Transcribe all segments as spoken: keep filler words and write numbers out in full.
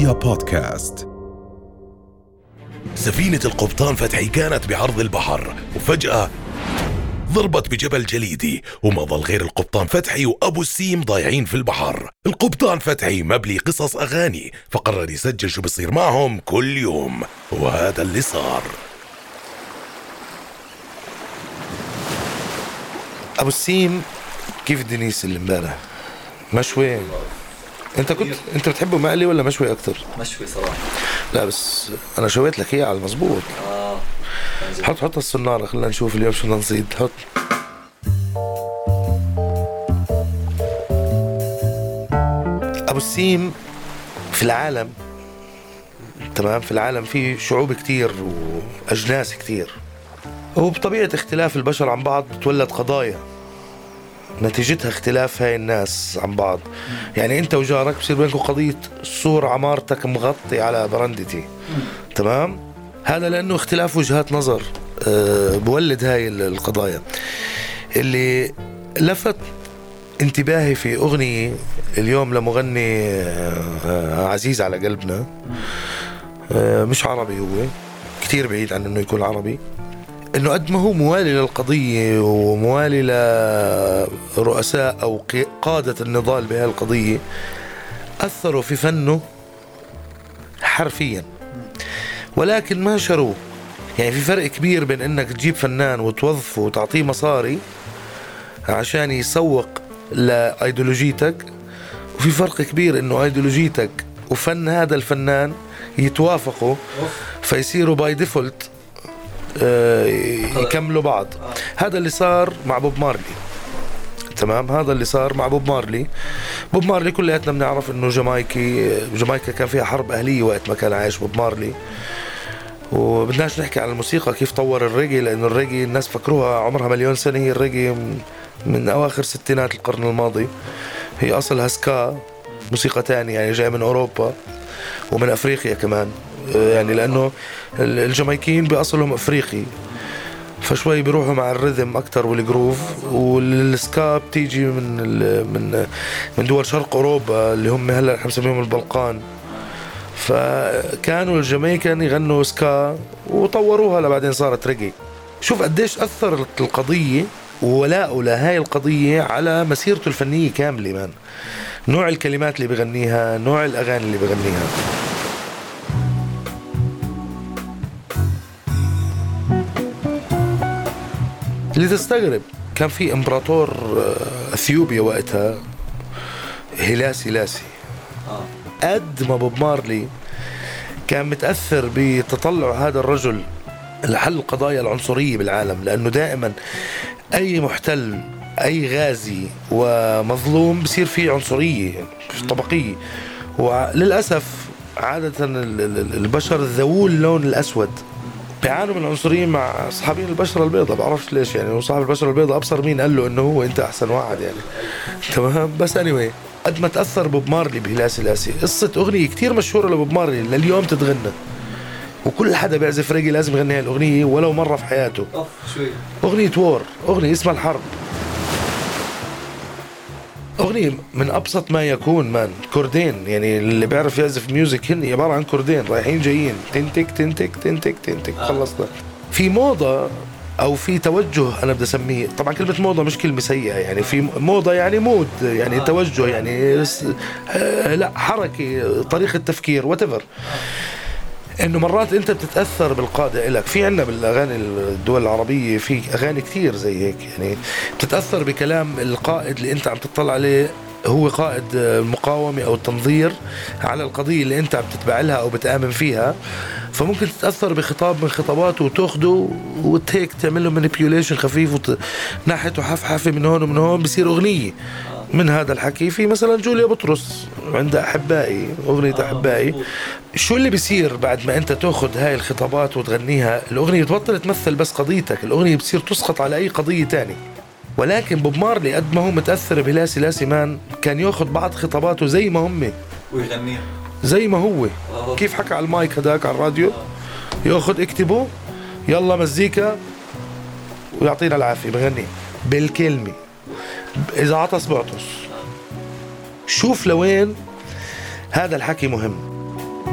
رؤيا بودكاست. سفينة القبطان فتحي كانت بعرض البحر، وفجأة ضربت بجبل جليدي، وما ظل غير القبطان فتحي وأبو السيم ضايعين في البحر. القبطان فتحي مبلي قصص أغاني، فقرر يسجل شو بصير معهم كل يوم، وهذا اللي صار. أبو السيم، كيف دينيس اللي امبارح؟ مشوي. انت كنت انت بتحبه مقلي ولا مشوي اكتر؟ مشوي صراحه. لا بس انا شويت لك اياه على المظبوط. اه حط حط الصناره، خلينا نشوف اليوم شو بدنا نصيد. حط. ابو السيم في العالم، تمام، في العالم في شعوب كتير واجناس كتير، وبطبيعه اختلاف البشر عن بعض بتولد قضايا نتيجتها اختلاف هاي الناس عن بعض. يعني انت وجارك بصير بينكم قضية سور عمارتك مغطي على برندتي، تمام؟ هذا لأنه اختلاف وجهات نظر أه بولد هاي القضايا. اللي لفت انتباهي في أغنية اليوم لمغني أه عزيز على قلبنا، أه مش عربي، هو كتير بعيد عن انه يكون عربي، انه قد ما هو موالي للقضية وموالي لرؤساء او قادة النضال بهذه القضية، اثروا في فنه حرفيا، ولكن ما شروه. يعني في فرق كبير بين انك تجيب فنان وتوظفه وتعطيه مصاري عشان يسوق لايديولوجيتك، وفي فرق كبير انه ايديولوجيتك وفن هذا الفنان يتوافقوا فيصيروا باي ديفولت يكملوا بعض. هذا اللي صار مع بوب مارلي، تمام؟ هذا اللي صار مع بوب مارلي. بوب مارلي كلياتنا بنعرف انه جامايكي، جامايكا كان فيها حرب اهليه وقت ما كان عايش بوب مارلي. وبدناش نحكي عن الموسيقى كيف طور الريجي، لانه الريجي الناس فكروها عمرها مليون سنه، هي الريجي من اواخر ستينات القرن الماضي، هي اصلها سكا، موسيقى تانية يعني جاي من اوروبا ومن افريقيا كمان، يعني لأنه الجامايكيين بأصلهم أفريقي، فشوي بيروحوا مع الرhythm أكتر والجروف، والسكا بتيجي من من من دول شرق أوروبا اللي هم هلا نحن بنسميهم البلقان. فكانوا الجامايكان يغنوا سكا وطوروها لبعدين صارت ريجي. شوف قديش أثرت القضية وولاءه لهاي القضية على مسيرته الفنية كاملة. مان نوع الكلمات اللي بغنيها، نوع الأغاني اللي بغنيها. اللي تستغرب كان في امبراطور اثيوبيا وقتها، هيلاسي لاسي، قد ما بوب مارلي كان متأثر بتطلع هذا الرجل لحل القضايا العنصرية بالعالم، لأنه دائما أي محتل، أي غازي ومظلوم بصير فيه عنصرية طبقية. وللأسف عادة البشر ذوو اللون الأسود بيعانوا من العنصرية مع أصحابين البشرة البيضاء، بعرفش ليش يعني، وصاحب البشرة البيضاء أبصر مين قال له إنه هو أنت أحسن واحد يعني، تمام؟ بس anyway، قد ما تأثر بوب مارلي بهلاسي لاسي، قصة أغنية كتير مشهورة لبوب مارلي لليوم تتغنى، وكل حدا بيعزف ريجي لازم يغني هاي الأغنية ولو مرة في حياته. أغنية وور، أغنية اسمها الحرب، أغنية من أبسط ما يكون. مان كوردين، يعني اللي بيعرف يعزف ميوزك هن عبارة عن كوردين رايحين جايين، تنتك تنتك تنتك تنتك، خلصنا. في موضة أو في توجه أنا بدي أسميه، طبعا كلمة موضة مش كلمة سيئة، يعني في موضة يعني مود، يعني توجه، يعني لا حركة، طريقة تفكير whatever. إنه مرات أنت بتتأثر بالقادة إلك. في عنا بالأغاني الدول العربية في أغاني كتير زي هيك، يعني بتتأثر بكلام القائد اللي أنت عم تطلع عليه، هو قائد المقاومة أو التنظير على القضية اللي أنت عم تتبع لها أو بتآمن فيها، فممكن تتأثر بخطاب من خطاباته وتاخده وتهيك تعمل له manipulation خفيف وناحيته حفحفة من هون ومن هون، بصير أغنية من هذا الحكي. في مثلا جوليا بطرس عندها أحبائي، أغنية أحبائي. شو اللي بيصير بعد ما أنت تأخذ هاي الخطابات وتغنيها؟ الأغنية تبطل تمثل بس قضيتك، الأغنية بتصير تسقط على أي قضية تاني. ولكن بوب مارلي قد ما هو متأثر بهلاسي لاسي، مان كان يأخذ بعض خطاباته زي ما هم ويغنيها زي ما هو. كيف حكى على المايك هداك على الراديو، يأخذ اكتبه يلا مزيكا ويعطينا العافية بغني بالكلمة، إذا عطس بعطس. شوف لوين هذا الحكي مهم.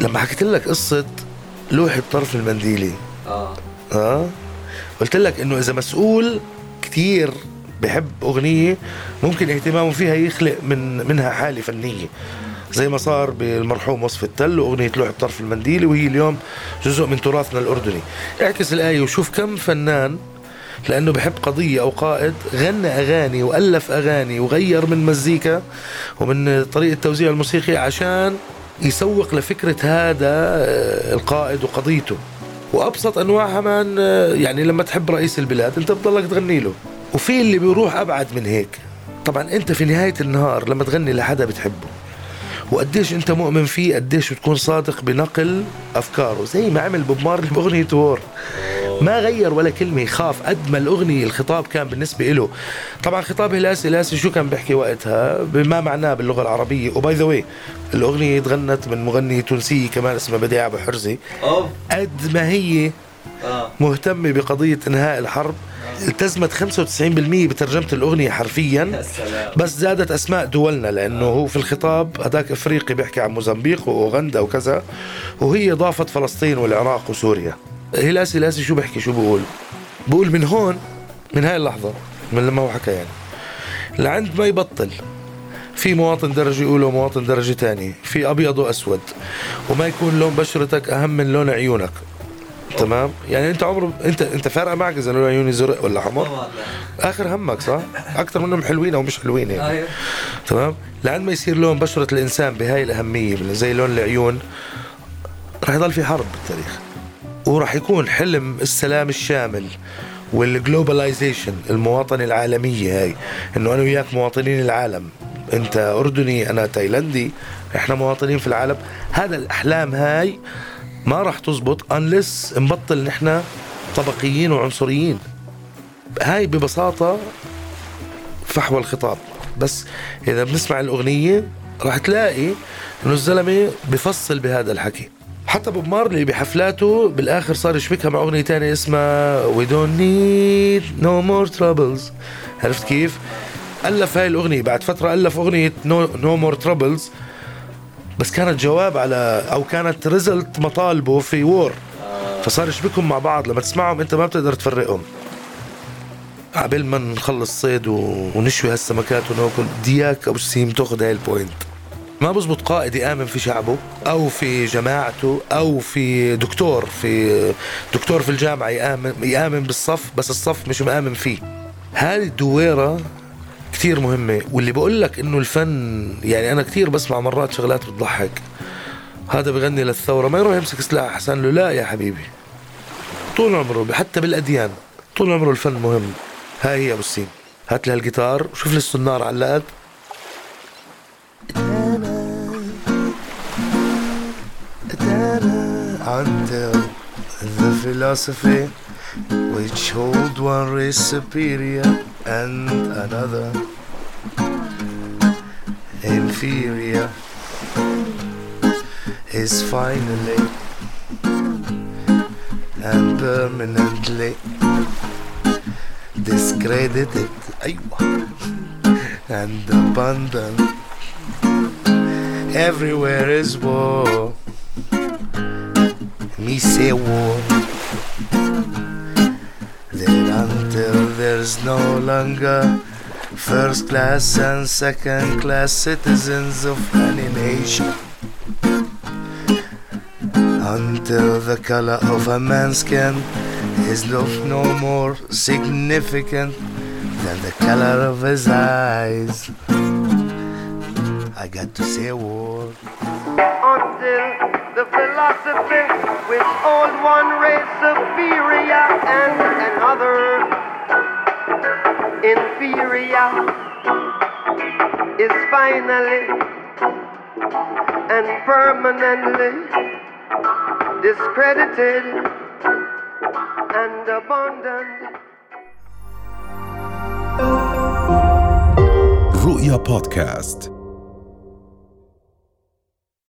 لما حكيت لك قصة لوح الطرف المنديلي اه اه قلت لك انه اذا مسؤول كتير بحب اغنية ممكن اهتمامه فيها يخلق من منها حالة فنية، زي ما صار بالمرحوم وصف التل واغنية لوح الطرف المنديلي، وهي اليوم جزء من تراثنا الاردني. اعكس الآية وشوف كم فنان لأنه بحب قضية أو قائد غنى أغاني وألف أغاني وغير من مزيكا ومن طريقة التوزيع الموسيقي عشان يسوق لفكرة هذا القائد وقضيته. وأبسط أنواعها من يعني لما تحب رئيس البلاد أنت بتضلك تغني له، وفي اللي بيروح أبعد من هيك. طبعا أنت في نهاية النهار لما تغني لحدا بتحبه وقديش أنت مؤمن فيه، قديش تكون صادق بنقل أفكاره، زي ما عمل بوب مارلي بأغنية وور، ما غير ولا كلمة، يخاف قد ما الأغنية الخطاب كان بالنسبة له. طبعا خطاب هلاسي هلاسي شو كان بيحكي وقتها بما معناه باللغة العربية. وباي ذا واي الأغنية تغنت من مغنية تونسية كمان اسمها بديعة أبو حرزي. قد ما هي مهتمة بقضية إنهاء الحرب التزمت خمسة وتسعين بالمية بترجمة الأغنية حرفيا، بس زادت أسماء دولنا لأنه هو في الخطاب هداك أفريقي بيحكي عن موزمبيق وأوغندا وكذا، وهي ضافت فلسطين والعراق وسوريا. هلاسي هلاسي شو بحكي شو بقول بقول من هون من هاي اللحظة من لما هو حكى يعني لعند ما يبطل في مواطن درجة أولى ومواطن درجة تانية، في أبيض وأسود، وما يكون لون بشرتك أهم من لون عيونك. تمام يعني انت عمره انت انت فارقه معك اذا لون عيوني زرق ولا حمر؟ اخر همك صح اكثر منهم حلوين او مش حلوين يعني. أيوه. تمام لعند ما يصير لون بشره الانسان بهاي الاهميه زي لون العيون رح يضل في حرب بالتاريخ، ورح يكون حلم السلام الشامل والجلوباليزيشن المواطنه العالميه هاي، انه انا وياك مواطنين العالم، انت اردني انا تايلندي احنا مواطنين في العالم. هذا الاحلام هاي ما راح تزبط unless نبطل نحن طبقيين وعنصريين. هاي ببساطة فحوى الخطاب. بس إذا بنسمع الأغنية راح تلاقي إنه الزلمة بفصل بهذا الحكي. حتى بوب مارلي بحفلاته بالآخر صار يشبكها مع أغنية تانية اسمها We don't need no more troubles. عرفت كيف؟ ألف هاي الأغنية بعد فترة، ألف أغنية no, no more troubles بس كانت جواب على أو كانت ريزلت مطالبه في وور، فصار يشبكهم مع بعض. لما تسمعهم أنت ما بتقدر تفرقهم. قبل ما نخلص صيد ونشوي هالسمكات وناكل دياك أبو السيم تأخذ هاي البوينت. ما بزبط قائد يآمن في شعبه أو في جماعته أو في دكتور في دكتور في الجامعة يآمن يآمن بالصف بس الصف مش مآمن فيه. هذه الدويرة كتير مهمة. واللي بقول لك إنه الفن يعني أنا كتير بسمع مرات شغلات بتضحك، هذا بغني للثورة ما يروح يمسك سلاح أحسن له. لا يا حبيبي، طول عمره حتى بالأديان طول عمره الفن مهم. هاي هي أبو السيم، هات لي هالجيتار وشوف لي السنار علقت. Until the philosophy which hold one race superior and another inferior is finally and permanently discredited and abandoned. Everywhere is war. Me say war. That until there's no longer first class and second class citizens of any nation, until the color of a man's skin is no, no more significant than the color of his eyes, I got to say war. Until the philosophy which hold one race superior and another inferior is finally and permanently discredited and abandoned. رؤيا بودكاست.